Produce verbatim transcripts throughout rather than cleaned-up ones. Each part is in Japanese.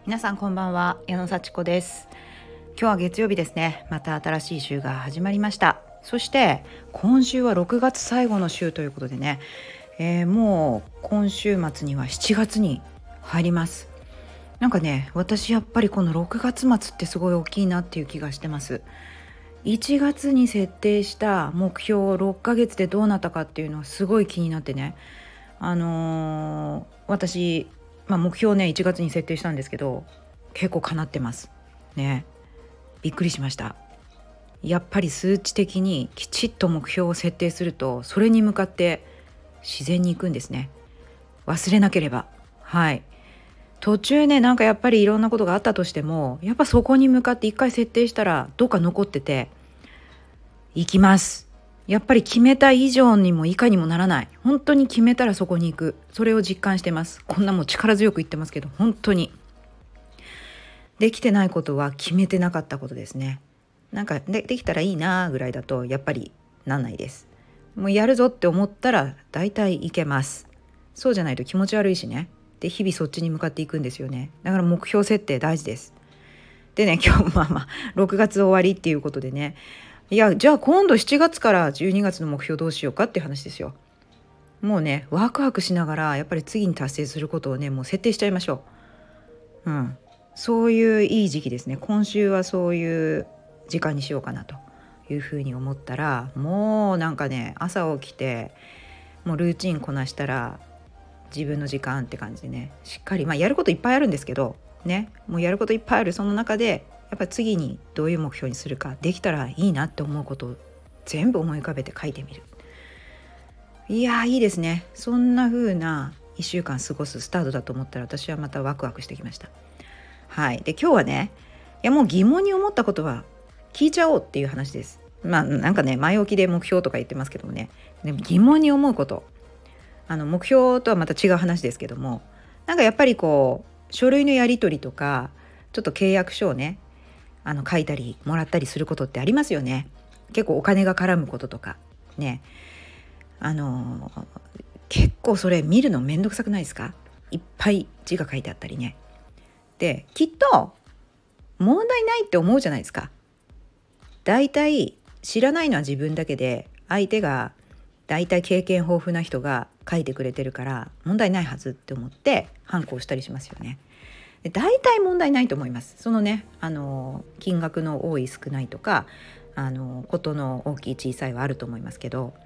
皆さんこんばんは、矢野幸子です。今日は月曜日ですね。また新しい週が始まりました。そして今週はろくがつ最後の週ということでね、えー、もう今週末にはしちがつに入ります。なんかね、私やっぱりこのろくがつ末ってすごい大きいなっていう気がしてます。いちがつに設定した目標をろっかげつでどうなったかっていうのはすごい気になってね、あのー、私まあ、目標ねいちがつに設定したんですけど結構叶ってますね。びっくりしました。やっぱり数値的にきちっと目標を設定するとそれに向かって自然に行くんですね。忘れなければ。はい途中ねなんかやっぱりいろんなことがあったとしてもやっぱそこに向かって一回設定したらどっか残ってて行きます。やっぱり決めた以上にも以下にもならない。本当に決めたらそこに行く。それを実感してます。こんなもう力強く言ってますけど、本当にできてないことは決めてなかったことですね。なんか で, できたらいいなぐらいだとやっぱりなんないです。もうやるぞって思ったら大体いけます。そうじゃないと気持ち悪いしね。で日々そっちに向かっていくんですよね。だから目標設定大事です。でね今日まあまあろくがつ終わりっていうことでね、いやじゃあ今度しちがつからじゅうにがつの目標どうしようかっていう話ですよ。もうねワクワクしながらやっぱり次に達成することをねもう設定しちゃいましょう。うんそういういい時期ですね。今週はそういう時間にしようかなというふうに思ったら、もうなんかね朝起きてもうルーチンこなしたら自分の時間って感じでね、しっかりまあやることいっぱいあるんですけどね、もうやることいっぱいあるその中でやっぱり次にどういう目標にするか、できたらいいなって思うことを全部思い浮かべて書いてみる。いやいいですね。そんな風ないっしゅうかん過ごすスタートだと思ったら私はまたワクワクしてきました。はいで今日はね、いやもう疑問に思ったことは聞いちゃおうっていう話です。まあなんかね前置きで目標とか言ってますけどもね、でも疑問に思うこと、あの目標とはまた違う話ですけども、なんかやっぱりこう書類のやり取りとかちょっと契約書をねあの書いたりもらったりすることってありますよね。結構お金が絡むこととかね、あの結構それ見るのめんどくさくないですか？いっぱい字が書いてあったりね。できっと問題ないって思うじゃないですか。だいたい知らないのは自分だけで、相手がだいたい経験豊富な人が書いてくれてるから問題ないはずって思ってハンコをしたりしますよね。でだいたい問題ないと思います。そのねあの金額の多い少ないとかあのことの大きい小さいはあると思いますけど、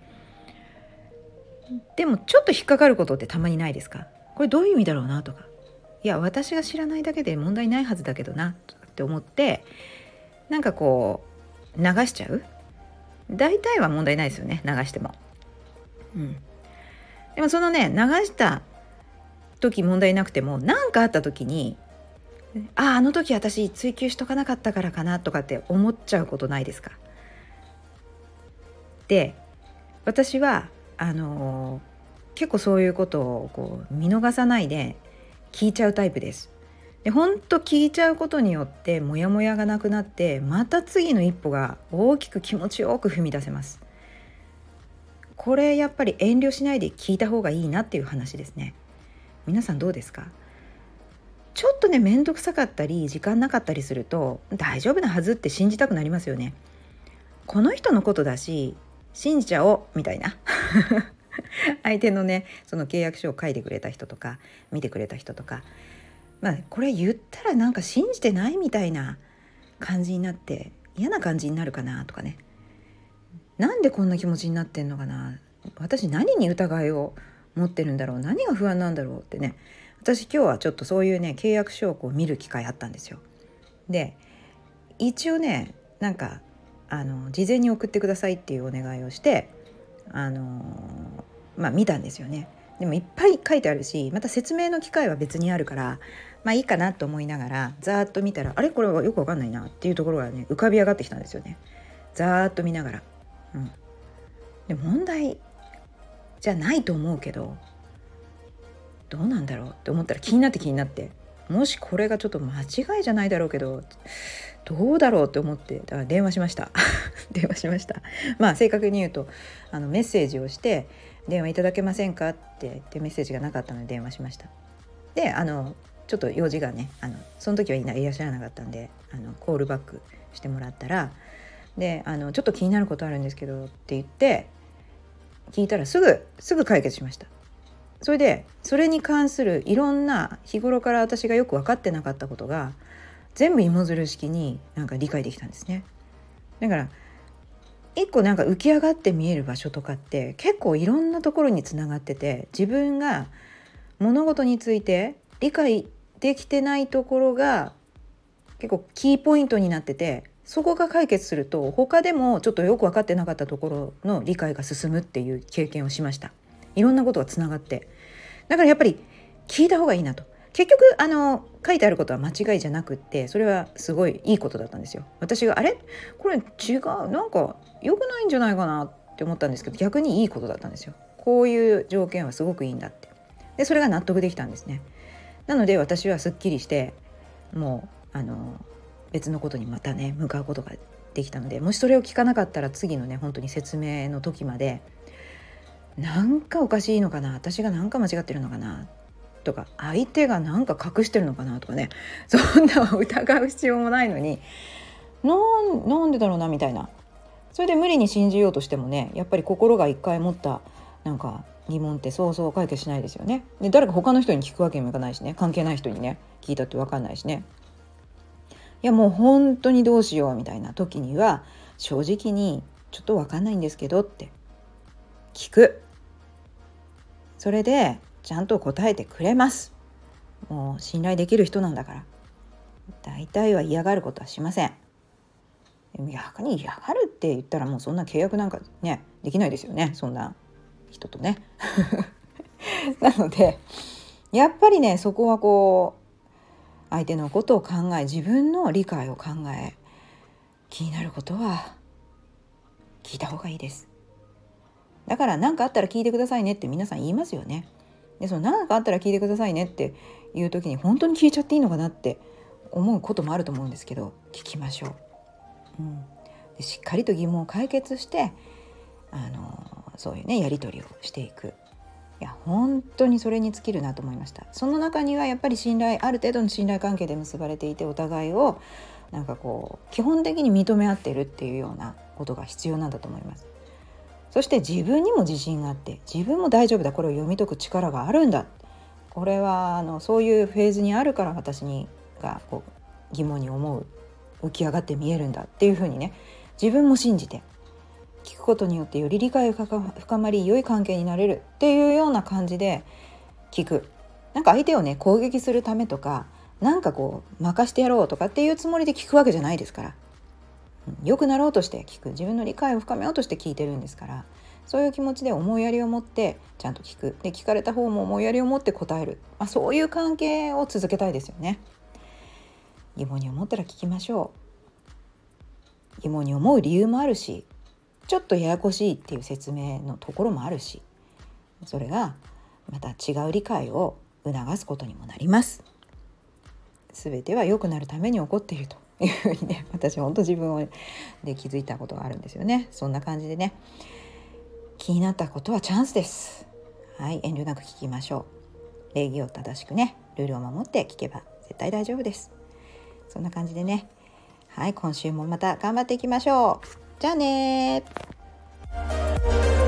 でもちょっと引っかかることってたまにないですか？これどういう意味だろうなとか、いや私が知らないだけで問題ないはずだけどなって思ってなんかこう流しちゃう。大体は問題ないですよね、流しても。うん、でもそのね流した時問題なくても何かあった時にあああの時私追求しとかなかったからかなとかって思っちゃうことないですか？で私はあのー、結構そういうことをこう見逃さないで聞いちゃうタイプです。でほんと聞いちゃうことによってモヤモヤがなくなってまた次の一歩が大きく気持ちよく踏み出せます。これやっぱり遠慮しないで聞いた方がいいなっていう話ですね。皆さんどうですか？ちょっとねめんどくさかったり時間なかったりすると大丈夫なはずって信じたくなりますよね。この人のことだし信じちゃおうみたいな相手のねその契約書を書いてくれた人とか見てくれた人とか、まあこれ言ったらなんか信じてないみたいな感じになって嫌な感じになるかなとかね、なんでこんな気持ちになってんのかな、私何に疑いを持ってるんだろう、何が不安なんだろうってね、私今日はちょっとそういうね契約書をこう見る機会あったんですよ。で一応ねなんかあの事前に送ってくださいっていうお願いをしてあのまあ見たんですよね。でもいっぱい書いてあるしまた説明の機会は別にあるからまあいいかなと思いながらざーっと見たら、あれこれはよくわかんないなっていうところがね浮かび上がってきたんですよね。ざーっと見ながら、うん、で問題じゃないと思うけどどうなんだろうって思ったら気になって気になって、もしこれがちょっと間違いじゃないだろうけどどうだろうって思ってだから電話しました電話しました。まあ正確に言うとあのメッセージをして電話いただけませんかって言ってメッセージがなかったので電話しました。であのちょっと用事がねあのその時はいらっしゃらなかったんであのコールバックしてもらったらであのちょっと気になることあるんですけどって言って聞いたらすぐすぐ解決しました。それでそれに関するいろんな日頃から私がよく分かってなかったことが全部芋づる式になんか理解できたんですね。だから一個なんか浮き上がって見える場所とかって結構いろんなところにつながってて、自分が物事について理解できてないところが結構キーポイントになってて、そこが解決すると他でもちょっとよく分かってなかったところの理解が進むっていう経験をしました。いろんなことがつながって、だからやっぱり聞いた方がいいなと。結局あの書いてあることは間違いじゃなくって、それはすごいいいことだったんですよ。私があれこれ違うなんか良くないんじゃないかなって思ったんですけど、逆にいいことだったんですよ。こういう条件はすごくいいんだって。でそれが納得できたんですね。なので私はすっきりしてもうあの別のことにまたね向かうことができたので、もしそれを聞かなかったら次のね本当に説明の時までなんかおかしいのかな、私がなんか間違ってるのかなとか、相手がなんか隠してるのかなとかね、そんな疑う必要もないのになんなんでだろうなみたいな。それで無理に信じようとしてもね、やっぱり心が一回持ったなんか疑問ってそうそう解決しないですよね。で誰か他の人に聞くわけにもいかないしね、関係ない人にね聞いたって分かんないしね。いやもう本当にどうしようみたいな時には正直にちょっと分かんないんですけどって聞く。それでちゃんと答えてくれます。もう信頼できる人なんだから。大体は嫌がることはしません。逆に嫌がるって言ったらもうそんな契約なんかねできないですよね、そんな人とねなのでやっぱりねそこはこう相手のことを考え、自分の理解を考え、気になることは聞いた方がいいです。だから何かあったら聞いてくださいねって皆さん言いますよね。でその何かあったら聞いてくださいねっていう時に本当に聞いちゃっていいのかなって思うこともあると思うんですけど、聞きましょう。うん、でしっかりと疑問を解決してあのそういうねやり取りをしていく。いや本当にそれに尽きるなと思いました。その中にはやっぱり信頼、ある程度の信頼関係で結ばれていて、お互いをなんかこう基本的に認め合ってるっていうようなことが必要なんだと思います。そして自分にも自信があって、自分も大丈夫だ、これを読み解く力があるんだ、これはあのそういうフェーズにあるから私にがこう疑問に思う、浮き上がって見えるんだっていうふうにね、自分も信じて聞くことによってより理解が深まり良い関係になれるっていうような感じで聞く。なんか相手をね攻撃するためとか、なんかこう任してやろうとかっていうつもりで聞くわけじゃないですから、良くなろうとして聞く、自分の理解を深めようとして聞いてるんですから、そういう気持ちで思いやりを持ってちゃんと聞く。で聞かれた方も思いやりを持って答える、まあ、そういう関係を続けたいですよね。疑問に思ったら聞きましょう。疑問に思う理由もあるし、ちょっとややこしいっていう説明のところもあるし、それがまた違う理解を促すことにもなります。すべては良くなるために起こっているというふうにね、私本当自分で気づいたことがあるんですよね。そんな感じでね、気になったことはチャンスです。はい、遠慮なく聞きましょう。礼儀を正しくね、ルールを守って聞けば絶対大丈夫です。そんな感じでね、はい、今週もまた頑張っていきましょう。じゃあねー。